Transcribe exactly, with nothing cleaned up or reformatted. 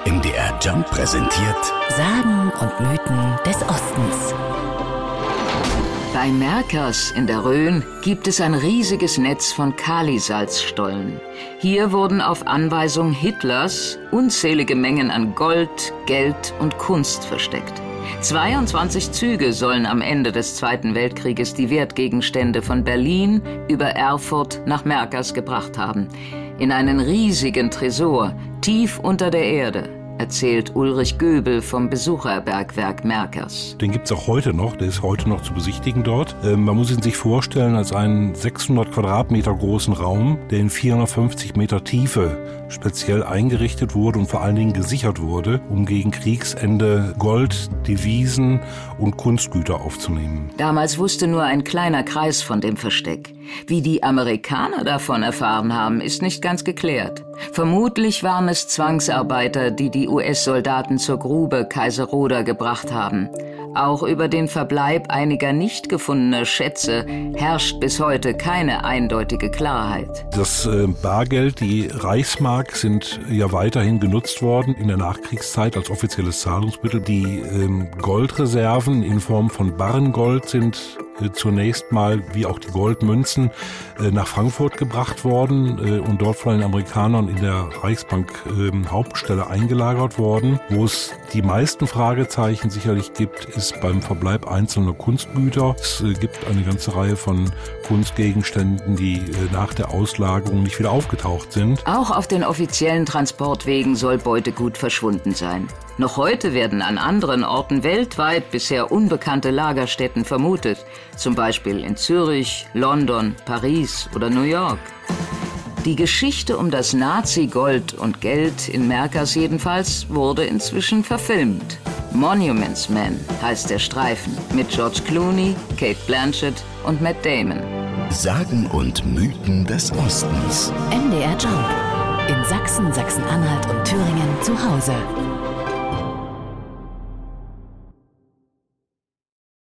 M D R Jump präsentiert Sagen und Mythen des Ostens. Bei Merkers in der Rhön gibt es ein riesiges Netz von Kalisalzstollen. Hier wurden auf Anweisung Hitlers unzählige Mengen an Gold, Geld und Kunst versteckt. zweiundzwanzig Züge sollen am Ende des Zweiten Weltkrieges die Wertgegenstände von Berlin über Erfurt nach Merkers gebracht haben. In einen riesigen Tresor, tief unter der Erde, erzählt Ulrich Göbel vom Besucherbergwerk Merkers. Den gibt es auch heute noch, der ist heute noch zu besichtigen dort. Ähm, man muss ihn sich vorstellen als einen sechshundert Quadratmeter großen Raum, der in vierhundertfünfzig Meter Tiefe speziell eingerichtet wurde und vor allen Dingen gesichert wurde, um gegen Kriegsende Gold, Devisen und Kunstgüter aufzunehmen. Damals wusste nur ein kleiner Kreis von dem Versteck. Wie die Amerikaner davon erfahren haben, ist nicht ganz geklärt. Vermutlich waren es Zwangsarbeiter, die die U S-Soldaten zur Grube Kaiserroda gebracht haben. Auch über den Verbleib einiger nicht gefundener Schätze herrscht bis heute keine eindeutige Klarheit. Das äh, Bargeld, die Reichsmark, sind ja weiterhin genutzt worden in der Nachkriegszeit als offizielles Zahlungsmittel. Die ähm, Goldreserven in Form von Barrengold sind äh, zunächst mal, wie auch die Goldmünzen, äh, nach Frankfurt gebracht worden äh, und dort von den Amerikanern in der Reichsbank äh, Hauptstelle eingelagert worden. Wo es die meisten Fragezeichen sicherlich gibt, ist beim Verbleib einzelner Kunstgüter. Es äh, gibt eine ganze Reihe von Kunstgegenständen, die äh, nach der Auslagerung nicht wieder aufgetaucht sind. Auch auf den offiziellen Transportwegen soll Beutegut verschwunden sein. Noch heute werden an anderen Orten weltweit bisher unbekannte Lagerstätten vermutet. Zum Beispiel in Zürich, London, Paris oder New York. Die Geschichte um das Nazi-Gold und Geld in Merkers jedenfalls wurde inzwischen verfilmt. Monuments Men heißt der Streifen mit George Clooney, Cate Blanchett und Matt Damon. Sagen und Mythen des Ostens. M D R Jump. In Sachsen, Sachsen-Anhalt und Thüringen zu Hause.